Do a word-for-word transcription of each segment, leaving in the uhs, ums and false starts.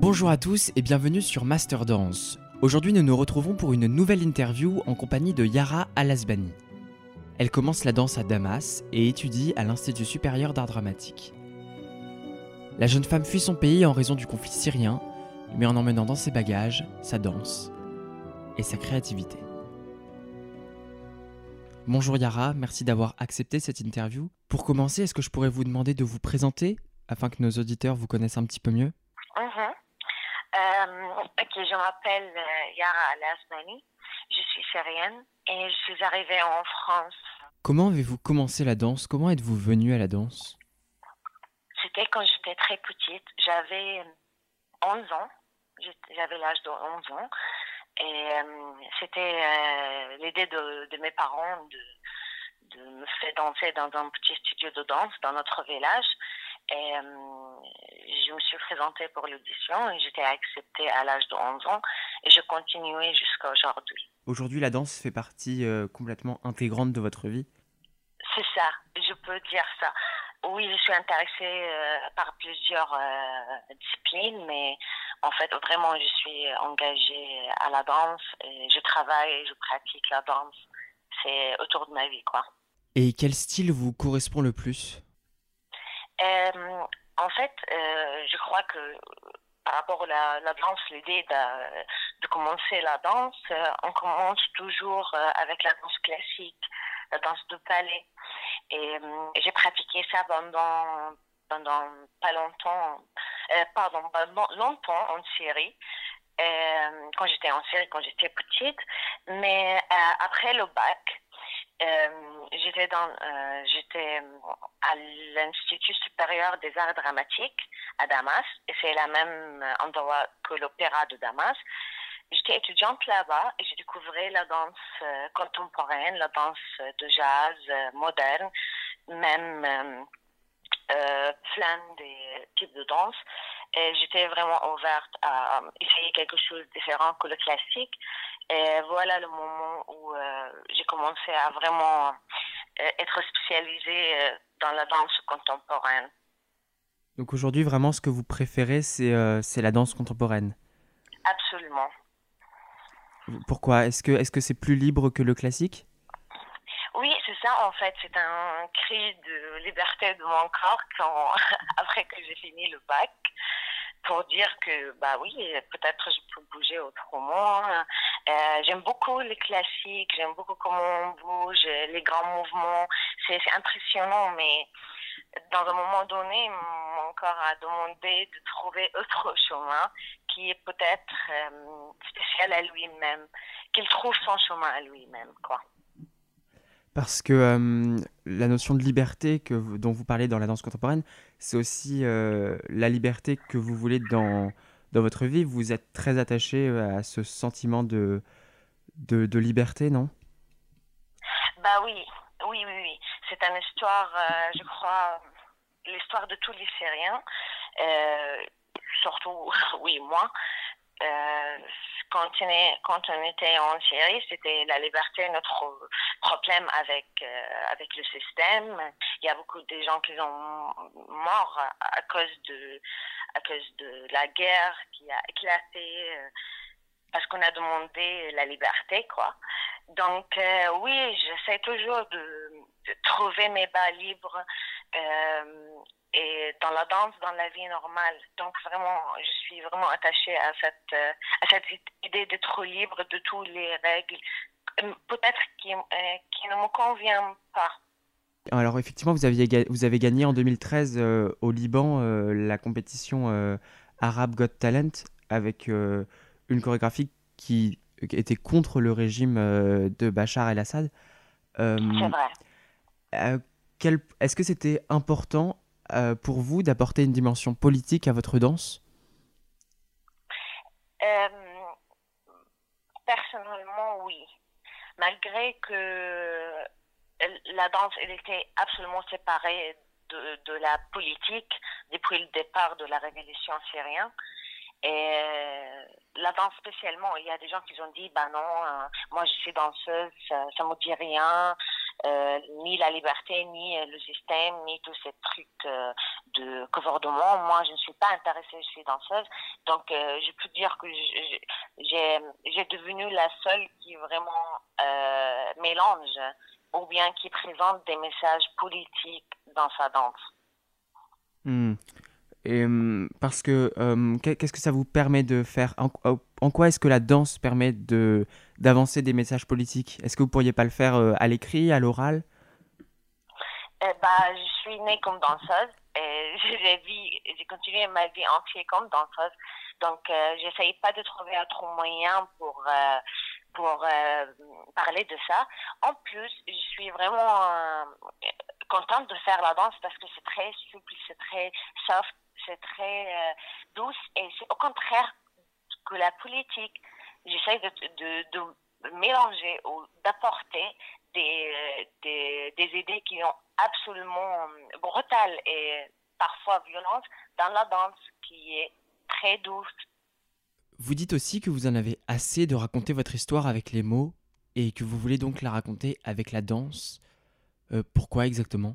Bonjour à tous et bienvenue sur Master Dance. Aujourd'hui nous nous retrouvons pour une nouvelle interview en compagnie de Yara Al-Asbani. Elle commence la danse à Damas et étudie à l'Institut supérieur d'art dramatique. La jeune femme fuit son pays en raison du conflit syrien, mais en emmenant dans ses bagages sa danse et sa créativité. Bonjour Yara, merci d'avoir accepté cette interview. Pour commencer, est-ce que je pourrais vous demander de vous présenter afin que nos auditeurs vous connaissent un petit peu mieux? Mm-hmm. Euh, ok, je m'appelle euh, Yara Al-Asbani, je suis syrienne et je suis arrivée en France. Comment avez-vous commencé la danse? Comment êtes-vous venue à la danse? C'était quand j'étais très petite, j'avais onze ans, j'avais l'âge de onze ans et euh, c'était euh, l'idée de, de mes parents de, de me faire danser dans un petit studio de danse dans notre village. Et euh, je me suis présentée pour l'audition et j'étais acceptée à l'âge de onze ans et je continuais jusqu'à aujourd'hui. Aujourd'hui, la danse fait partie euh, complètement intégrante de votre vie? C'est ça, je peux dire ça. Oui, je suis intéressée euh, par plusieurs euh, disciplines, mais en fait, vraiment, je suis engagée à la danse et je travaille et je pratique la danse. C'est autour de ma vie, quoi. Et quel style vous correspond le plus? Euh, en fait, euh, je crois que par rapport à la, la danse, l'idée de, de commencer la danse, euh, on commence toujours euh, avec la danse classique, la danse de palais. Et euh, j'ai pratiqué ça pendant, pendant pas longtemps, euh, pardon, pendant longtemps en Syrie, euh, quand j'étais en Syrie, quand j'étais petite. Mais euh, après le bac, Euh, j'étais dans, euh, j'étais à l'Institut supérieur des arts dramatiques à Damas, et c'est la même endroit que l'opéra de Damas. J'étais étudiante là-bas et j'ai découvert la danse euh, contemporaine, la danse de jazz euh, moderne, même euh, euh, plein des types de danse. Et j'étais vraiment ouverte à essayer quelque chose de différent que le classique. Et voilà le moment où euh, j'ai commencé à vraiment euh, être spécialisée euh, dans la danse contemporaine. Donc aujourd'hui, vraiment, ce que vous préférez, c'est euh, c'est la danse contemporaine? Absolument. Pourquoi? Est-ce que est-ce que c'est plus libre que le classique? Oui, c'est ça en fait. C'est un cri de liberté de mon corps quand, après que j'ai fini le bac, pour dire que bah oui, peut-être je peux bouger autrement. Euh, j'aime beaucoup les classiques, j'aime beaucoup comment on bouge, les grands mouvements. C'est, c'est impressionnant, mais dans un moment donné, mon corps a demandé de trouver autre chemin qui est peut-être euh, spécial à lui-même, qu'il trouve son chemin à lui-même, quoi. Parce que euh, la notion de liberté que vous- dont vous parlez dans la danse contemporaine, c'est aussi euh, la liberté que vous voulez dans, dans votre vie. Vous êtes très attaché à ce sentiment de, de, de liberté, non? Bah oui, oui, oui, oui. C'est une histoire, euh, je crois, l'histoire de tous les Syriens, euh, surtout, oui, moi. Euh, quand, on est, quand on était en Syrie, c'était la liberté, notre problème avec, euh, avec le système. Il y a beaucoup de gens qui sont morts à, à cause de, à cause de la guerre qui a éclaté, euh, parce qu'on a demandé la liberté, quoi. Donc, euh, oui, j'essaie toujours de, de trouver mes bas libres euh, et dans la danse, dans la vie normale. Donc, vraiment, je suis vraiment attachée à cette, euh, à cette idée d'être libre de toutes les règles, euh, peut-être qui, euh, qui ne me conviennent pas. Alors effectivement, vous aviez ga- vous avez gagné en deux mille treize euh, au Liban euh, la compétition euh, Arab Got Talent avec euh, une chorégraphie qui était contre le régime euh, de Bachar el-Assad. C'est Euh, vrai. euh, quel- Est-ce que c'était important euh, pour vous d'apporter une dimension politique à votre danse? Euh, personnellement, oui. Malgré que la danse, elle était absolument séparée de, de la politique depuis le départ de la révolution syrienne. Et la danse spécialement, il y a des gens qui ont dit, bah non, euh, moi je suis danseuse, ça, ça me dit rien. euh, ni la liberté, ni euh, le système, ni tous ces trucs euh, de gouvernement. Moi, je ne suis pas intéressée, je suis danseuse. Donc, euh, je peux dire que je- je- j'ai, j'ai devenu la seule qui vraiment euh, mélange ou bien qui présente des messages politiques dans sa danse. Hmm. Et, hum, parce que hum, qu'est- qu'est-ce que ça vous permet de faire? En, en- en quoi est-ce que la danse permet de d'avancer des messages politiques? Est-ce que vous pourriez pas le faire euh, à l'écrit, à l'oral? Eh bah, je suis née comme danseuse et j'ai vie, j'ai continué ma vie entière comme danseuse. Donc, euh, j'essaye pas de trouver autre moyen pour euh, pour euh, parler de ça. En plus, je suis vraiment euh, contente de faire la danse parce que c'est très souple, c'est très soft, c'est très euh, douce et c'est au contraire que la politique. J'essaye de, de, de mélanger ou d'apporter des, euh, des, des idées qui sont absolument euh, brutales et parfois violentes dans la danse qui est très douce. Vous dites aussi que vous en avez assez de raconter votre histoire avec les mots et que vous voulez donc la raconter avec la danse. Euh, pourquoi exactement?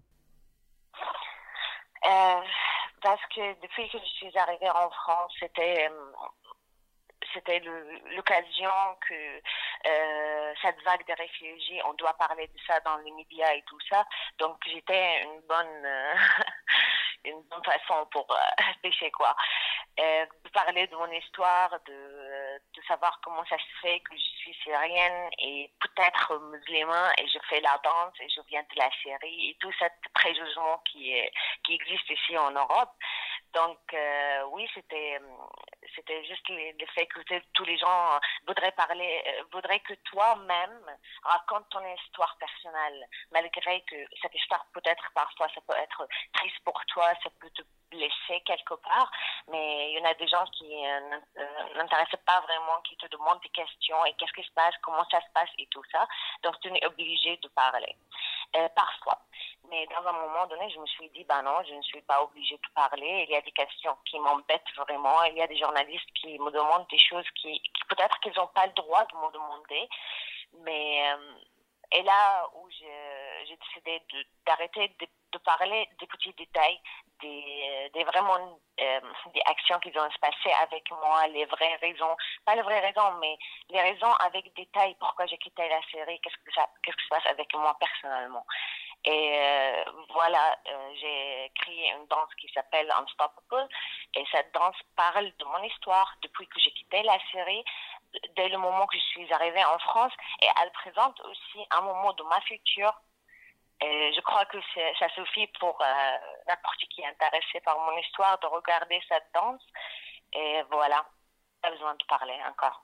Euh, Parce que depuis que je suis arrivée en France, c'était euh, c'était le- l'occasion que euh, cette vague de réfugiés, on doit parler de ça dans les médias et tout ça. Donc j'étais une bonne euh, une bonne façon pour euh, pêcher quoi. Euh, de parler de mon histoire, de, de savoir comment ça se fait que je suis syrienne et peut-être musulmane et je fais la danse et je viens de la Syrie et tout ce préjugement qui est, qui existe ici en Europe. Donc euh, oui, c'était c'était juste le, le fait que tous les gens voudraient parler, euh, voudraient que toi-même racontes ton histoire personnelle, malgré que cette histoire peut-être parfois ça peut être triste pour toi, ça peut te blesser quelque part, mais il y en a des gens qui euh, n'intéressent pas vraiment, qui te demandent des questions et qu'est-ce qui se passe, comment ça se passe et tout ça. Donc tu es obligé de parler. Euh, parfois. Mais dans un moment donné, je me suis dit, ben non, je ne suis pas obligée de parler. Il y a des questions qui m'embêtent vraiment. Il y a des journalistes qui me demandent des choses qui, qui peut-être qu'ils n'ont pas le droit de me demander. Mais euh, et là où je, j'ai décidé de, d'arrêter de, de parler des petits détails, des, des vraiment euh, des actions qui vont se passer avec moi, les vraies raisons, pas les vraies raisons, mais les raisons avec détails, pourquoi j'ai quitté la série, qu'est-ce que ça, qu'est-ce qui se passe avec moi personnellement. Et euh, voilà, euh, j'ai créé une danse qui s'appelle Unstoppable. Et cette danse parle de mon histoire depuis que j'ai quitté la série, dès le moment que je suis arrivée en France. Et elle présente aussi un moment de ma future. Et je crois que c'est, ça suffit pour euh, n'importe qui est intéressé par mon histoire de regarder cette danse. Et voilà, pas besoin de parler encore.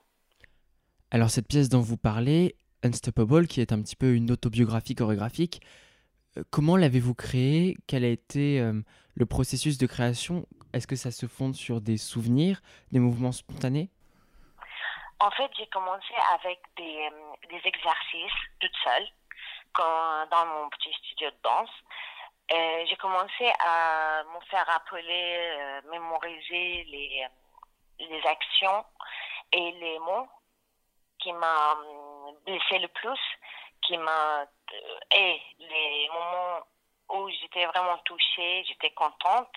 Alors cette pièce dont vous parlez, Unstoppable, qui est un petit peu une autobiographie chorégraphique, euh, comment l'avez-vous créée? Quel a été euh, le processus de création? Est-ce que ça se fonde sur des souvenirs, des mouvements spontanés? En fait, j'ai commencé avec des, euh, des exercices toute seule quand, dans mon petit studio de danse. Et j'ai commencé à me faire rappeler, euh, mémoriser les, les actions et les mots qui m'ont blessé le plus, qui m'a euh, et les moments où j'étais vraiment touchée, j'étais contente.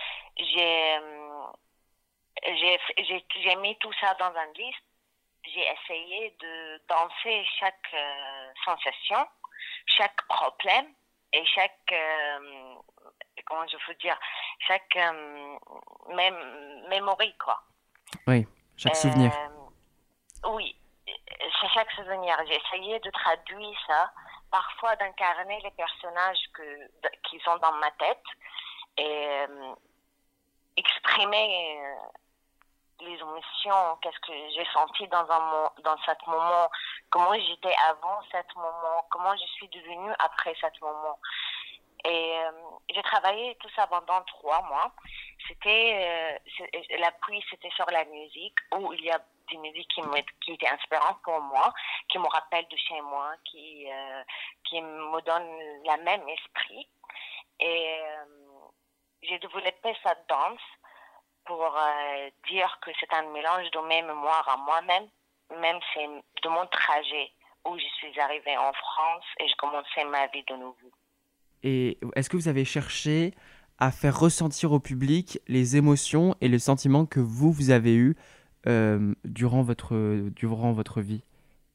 J'ai euh, j'ai j'ai j'ai mis tout ça dans une liste. J'ai essayé de danser chaque euh, sensation, chaque problème et chaque euh, comment je veux dire chaque euh, même mémoire quoi. Oui, chaque souvenir. Euh, oui, c'est chaque souvenir. J'ai essayé de traduire ça, parfois d'incarner les personnages que qui sont dans ma tête et euh, exprimer euh, les émotions, qu'est-ce que j'ai senti dans un mo- dans cet moment, comment j'étais avant cet moment, comment je suis devenue après cet moment. Et euh, j'ai travaillé tout ça pendant trois mois. C'était euh, l'appui, c'était sur la musique où il y a des musiques qui, me, qui étaient inspirantes pour moi, qui me rappellent de chez moi, qui euh, qui me donnent la même esprit. Et euh, j'ai développé cette danse pour euh, dire que c'est un mélange de mes mémoires à moi-même, même c'est de mon trajet où je suis arrivée en France et je commençais ma vie de nouveau. Et est-ce que vous avez cherché à faire ressentir au public les émotions et les sentiments que vous, vous avez eus euh, durant votre, durant votre vie?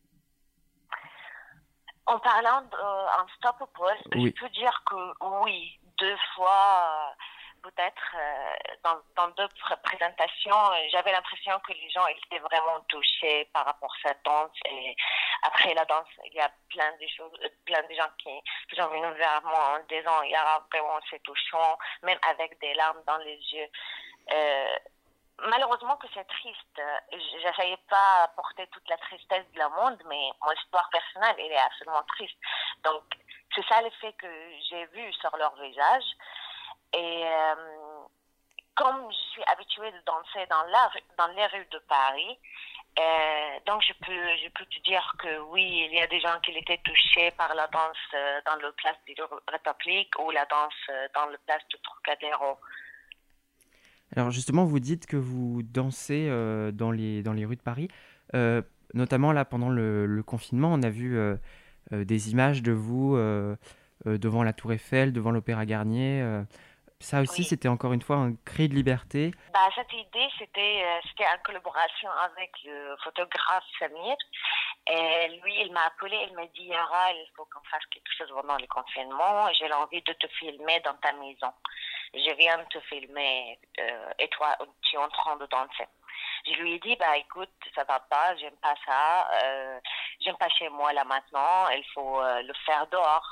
En parlant d'Unstoppable, Oui. je peux dire que oui, deux fois, euh, peut-être, euh, dans, dans deux pr- présentations, euh, j'avais l'impression que les gens ils étaient vraiment touchés par rapport à cette danse. Et après la danse, il y a plein de choses, euh, plein de gens qui, qui sont venus vers moi en disant, il y a vraiment, c'est touchant, même avec des larmes dans les yeux. Euh, Malheureusement que c'est triste. J'essayais pas porter toute la tristesse de la monde, mais mon histoire personnelle, elle est absolument triste. Donc, c'est ça l'effet que j'ai vu sur leur visage. Et euh, comme je suis habituée de danser dans, la, dans les rues de Paris, euh, donc je peux, je peux te dire que oui, il y a des gens qui étaient touchés par la danse euh, dans le place de la République ou la danse euh, dans le place de Trocadéro. Alors justement, vous dites que vous dansez euh, dans les, dans les rues de Paris. Euh, notamment là, pendant le, le confinement, on a vu euh, euh, des images de vous euh, euh, devant la Tour Eiffel, devant l'Opéra Garnier. euh. Ça aussi, Oui. c'était encore une fois un cri de liberté. Bah, cette idée, c'était euh, c'était en collaboration avec le photographe Samir. Et lui, il m'a appelé, il m'a dit, Yara, il faut qu'on fasse quelque chose pendant le confinement. J'ai envie de te filmer dans ta maison. Je viens de te filmer euh, et toi, tu es en train de danser. Je lui ai dit, bah écoute, ça va pas, j'aime pas ça, euh, j'aime pas chez moi là maintenant, il faut euh, le faire dehors.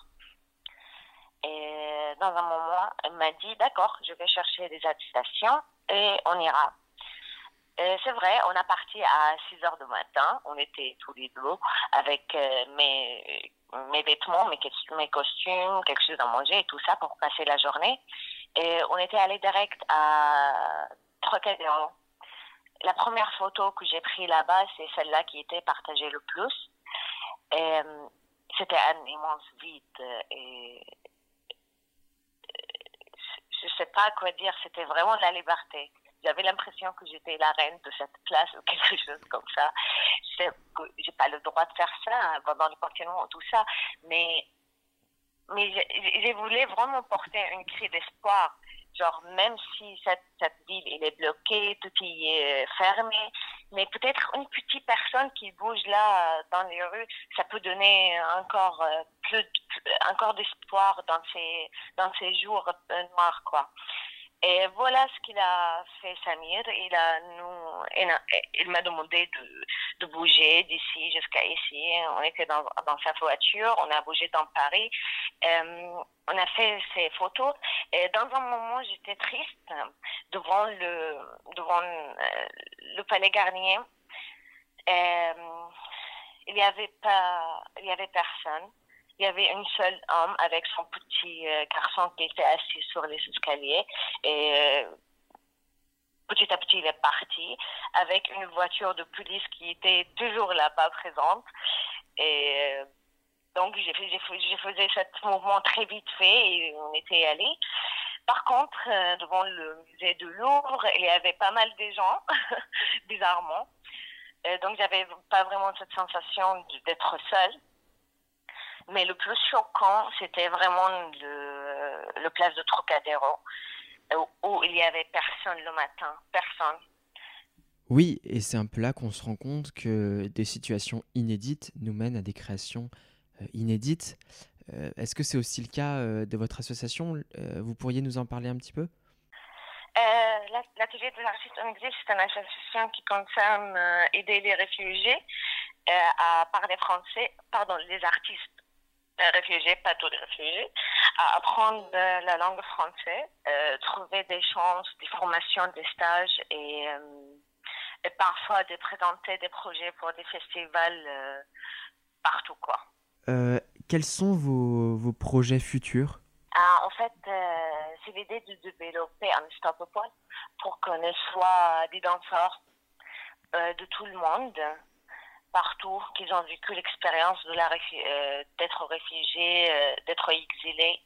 Et dans un moment, elle m'a dit, d'accord, je vais chercher des attestations et on ira. Et c'est vrai, on a parti à six heures du matin, on était tous les deux avec euh, mes, mes vêtements, mes, mes costumes, quelque chose à manger et tout ça pour passer la journée. Et on était allé direct à Trocadéro. La première photo que j'ai prise là-bas, c'est celle-là qui était partagée le plus. Et, euh, c'était un immense vide et je sais pas quoi dire, c'était vraiment de la liberté. J'avais l'impression que j'étais la reine de cette place ou quelque chose comme ça. Je sais que j'ai pas le droit de faire ça hein, pendant le confinement tout ça, mais mais j'ai voulu vraiment porter un cri d'espoir. Genre, même si cette, cette ville elle est bloquée, tout y est fermé, mais peut-être une petite personne qui bouge là dans les rues, ça peut donner encore plus, encore d'espoir dans ces, dans ces jours noirs, quoi. Et voilà ce qu'il a fait Samir. Il a nous, il, a, il m'a demandé de, de bouger d'ici jusqu'à ici. On était dans, dans sa voiture, on a bougé dans Paris. Euh, on a fait ces photos. Et dans un moment, j'étais triste devant le, devant euh, le Palais Garnier. Euh, il y avait pas, il y avait personne. Il y avait un seul homme avec son petit euh, garçon qui était assis sur les escaliers et euh, petit à petit il est parti avec une voiture de police qui était toujours là-bas présente et euh, donc j'ai fait, j'ai fait, j'ai faisais ce mouvement très vite fait et on était allé. Par contre, euh, devant le musée de Louvre, il y avait pas mal de gens, bizarrement. Euh, donc j'avais pas vraiment cette sensation d'être seule. Mais le plus choquant, c'était vraiment le, le place de Trocadéro, où, où il y avait personne le matin, personne. Oui, et c'est un peu là qu'on se rend compte que des situations inédites nous mènent à des créations euh, inédites. Euh, est-ce que c'est aussi le cas euh, de votre association? Euh, Vous pourriez nous en parler un petit peu? Euh, L'atelier des artistes en exil, c'est une association qui concerne euh, aider les réfugiés euh, à parler français, pardon, les artistes réfugiés, pas tous les réfugiés, à apprendre la langue française, euh, trouver des chances, des formations, des stages et, euh, et parfois de présenter des projets pour des festivals euh, partout, quoi. Euh, quels sont vos, vos projets futurs? Ah, en fait, euh, c'est l'idée de développer Unstoppable pour qu'on soit des danseurs euh, de tout le monde, partout, qu'ils ont vécu l'expérience de la réfu- euh, d'être réfugiés, euh, d'être exilés,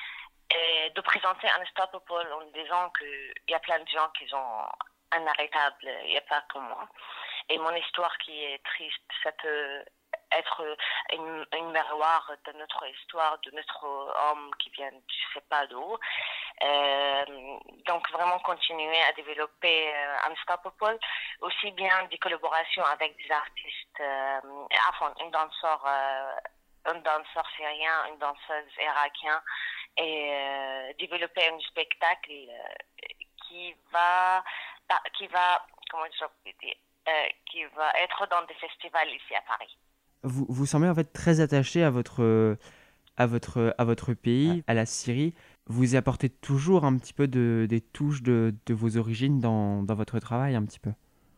et de présenter Unstoppable en disant qu'il y a plein de gens qui sont inarrêtables, il n'y a pas que moi. Et mon histoire qui est triste, ça peut être une, une miroir de notre histoire, de notre homme qui vient, je sais pas d'où. Euh, donc vraiment continuer à développer euh, Unstoppable, aussi bien des collaborations avec des artistes, euh, enfin, une danseur, euh, un danseur syrien, une danseuse irakienne, et euh, développer un spectacle euh, qui va, qui va, comment je peux dire, euh, qui va être dans des festivals ici à Paris. Vous, vous semblez en fait très attaché à votre, à votre, à votre pays, à la Syrie. Vous y apportez toujours un petit peu de, des touches de, de vos origines dans, dans votre travail, un petit peu.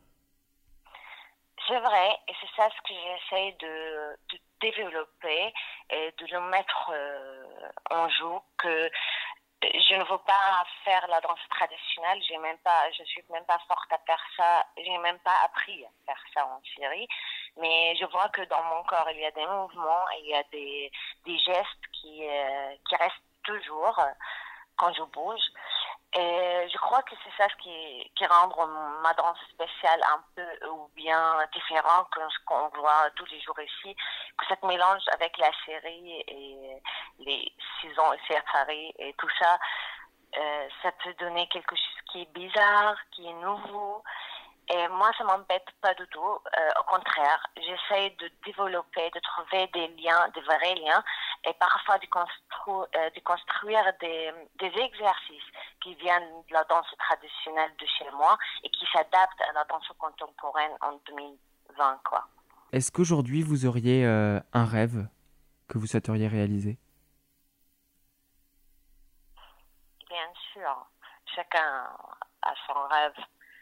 C'est vrai, et c'est ça ce que j'essaie de, de développer et de le mettre euh, en jeu, que je ne veux pas faire la danse traditionnelle, j'ai même pas, je suis même pas forte à faire ça, j'ai même pas appris à faire ça en Syrie, mais je vois que dans mon corps il y a des mouvements, il y a des, des gestes qui, euh, qui restent toujours euh, quand je bouge. Et je crois que c'est ça ce qui, qui rend ma danse spéciale un peu ou bien différent que ce qu'on voit tous les jours ici, que cette mélange avec la série et les saisons ici à Paris et tout ça, euh, ça peut donner quelque chose qui est bizarre, qui est nouveau. Et moi, ça m'embête pas du tout. Euh, au contraire, j'essaie de développer, de trouver des liens, des vrais liens, et parfois de, constru euh, de construire des, des exercices qui viennent de la danse traditionnelle de chez moi et qui s'adaptent à la danse contemporaine en deux mille vingt, quoi. Est-ce qu'aujourd'hui, vous auriez euh, un rêve que vous souhaiteriez réaliser? Bien sûr, chacun a son rêve.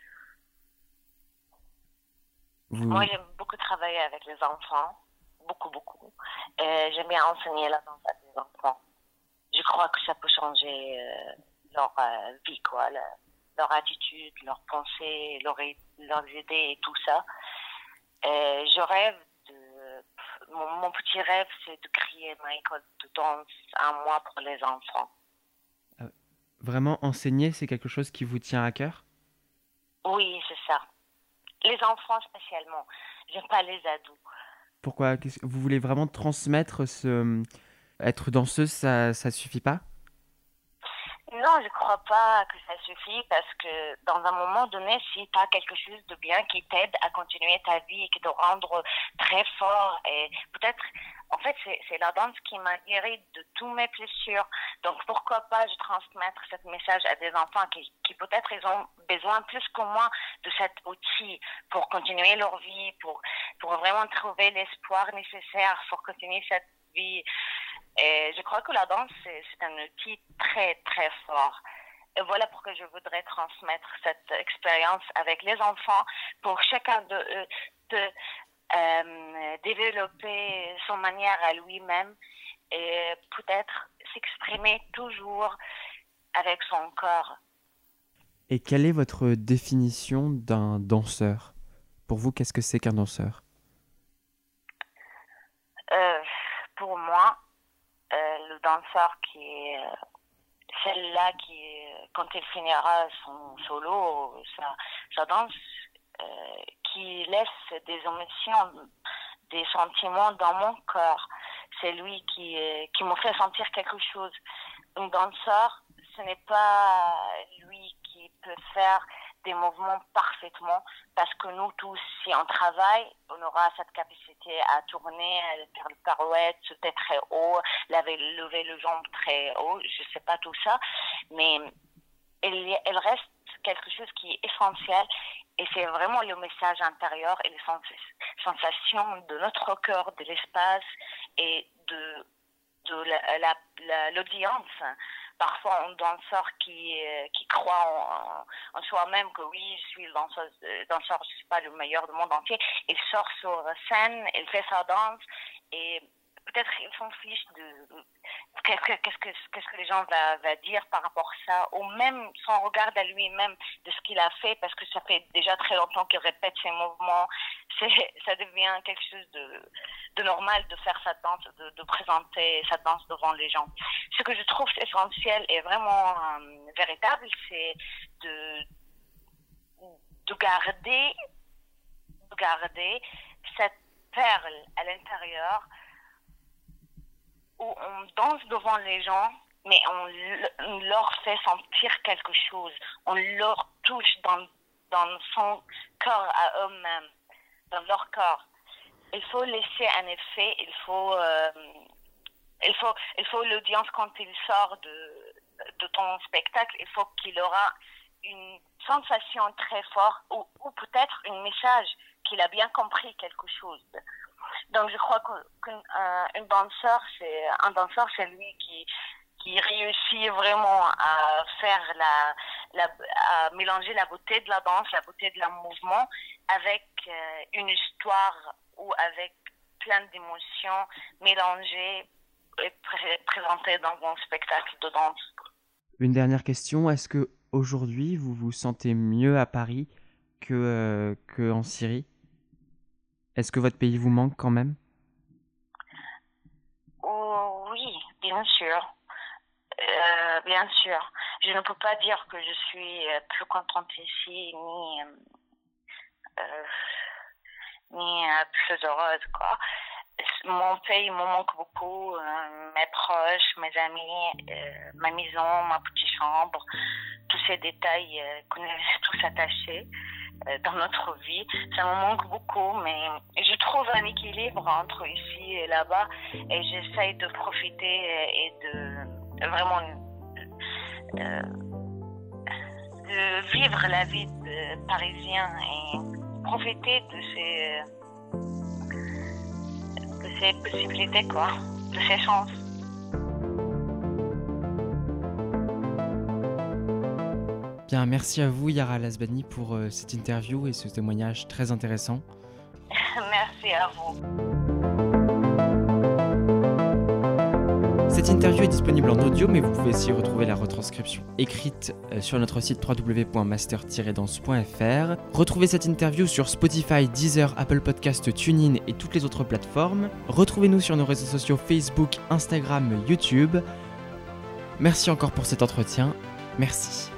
Vous... Moi, j'aime beaucoup travailler avec les enfants, beaucoup, beaucoup. Et j'aime bien enseigner la danse à des enfants. Je crois que ça peut changer euh, leur euh, vie, quoi, le, leur attitude, leurs pensées, leur, leurs idées et tout ça. Et je rêve de... Mon, mon petit rêve, c'est de créer ma école de danse à moi pour les enfants. Euh, vraiment, enseigner, c'est quelque chose qui vous tient à cœur? Oui, c'est ça. Les enfants spécialement. J'aime pas les ados. Pourquoi? Vous voulez vraiment transmettre ce... Être danseuse, ça, ça suffit pas? Non, je crois pas que ça suffit parce que dans un moment donné, si tu as quelque chose de bien qui t'aide à continuer ta vie et qui te rendre très fort et peut-être, en fait, c'est la danse qui m'a guéri de tous mes blessures. Donc pourquoi pas je transmettre ce message à des enfants qui, qui peut-être ils ont besoin plus que moi de cet outil pour continuer leur vie, pour, pour vraiment trouver l'espoir nécessaire pour continuer cette vie. Et je crois que la danse, c'est un outil très, très fort. Et voilà pourquoi je voudrais transmettre cette expérience avec les enfants, pour chacun de eux de euh, développer son manière à lui-même et peut-être s'exprimer toujours avec son corps. Et quelle est votre définition d'un danseur? Pour vous, qu'est-ce que c'est qu'un danseur? euh, Pour moi, Euh, le danseur qui est euh, celle-là qui, quand il finira son solo, sa, sa danse, euh, qui laisse des émotions, des sentiments dans mon corps. C'est lui qui, qui me fait sentir quelque chose. Un danseur, ce n'est pas lui qui peut faire des mouvements parfaitement, parce que nous tous, si on travaille, on aura cette capacité à tourner, à faire le pirouette, sauter très haut, lever, lever le jambe très haut, je sais pas tout ça, mais il, il reste quelque chose qui est essentiel, et c'est vraiment le message intérieur et les sensations de notre cœur, de l'espace et de, de l'audience. La, la, Parfois, un danseur qui, qui croit en, en soi-même que oui, je suis le danseur, danseur, je ne suis pas le meilleur du monde entier. Il sort sur scène, il fait sa danse et peut-être il s'en fiche de qu'est-ce que, qu'est-ce que, qu'est-ce que les gens vont va dire par rapport à ça, ou même son regard à lui-même de ce qu'il a fait, parce que ça fait déjà très longtemps qu'il répète ses mouvements. Ça devient quelque chose de, de normal de faire sa danse, de, de présenter sa danse devant les gens. Ce que je trouve essentiel et vraiment euh, véritable, c'est de, de garder, de garder cette perle à l'intérieur où on danse devant les gens, mais on, on leur fait sentir quelque chose. On leur touche dans, dans son corps à eux-mêmes, dans leur corps. Il faut laisser un effet, il faut, euh, il faut, il faut l'audience quand il sort de, de ton spectacle, il faut qu'il aura une sensation très forte ou, ou peut-être un message qu'il a bien compris quelque chose. Donc je crois qu'un qu'un danseur, c'est un danseur, c'est lui qui qui réussit vraiment à faire la, la à mélanger la beauté de la danse, la beauté de la mouvement avec euh, une histoire ou avec plein d'émotions mélangées et pré- présentées dans un spectacle de danse. Une dernière question, est-ce que aujourd'hui vous vous sentez mieux à Paris que, euh, que en Syrie? Est-ce que votre pays vous manque quand même? Oh, oui, bien sûr. Euh, bien sûr. Je ne peux pas dire que je suis plus contente ici, ni, euh, ni euh, plus heureuse, quoi. Mon pays me manque beaucoup, euh, mes proches, mes amis, euh, ma maison, ma petite chambre, tous ces détails euh, qu'on est tous attachés euh, dans notre vie. Ça me manque beaucoup, mais je trouve un équilibre entre ici et là-bas et j'essaye de profiter et de vraiment euh, de vivre la vie de parisien et profiter de ces de ces possibilités, quoi, de ces chances. Bien, merci à vous Yara Al-Azbani pour euh, cette interview et ce témoignage très intéressant. Merci à vous. Cette interview est disponible en audio, mais vous pouvez aussi retrouver la retranscription écrite sur notre site w w w point master tiret danse point f r. Retrouvez cette interview sur Spotify, Deezer, Apple Podcast, TuneIn et toutes les autres plateformes. Retrouvez-nous sur nos réseaux sociaux Facebook, Instagram, YouTube. Merci encore pour cet entretien. Merci.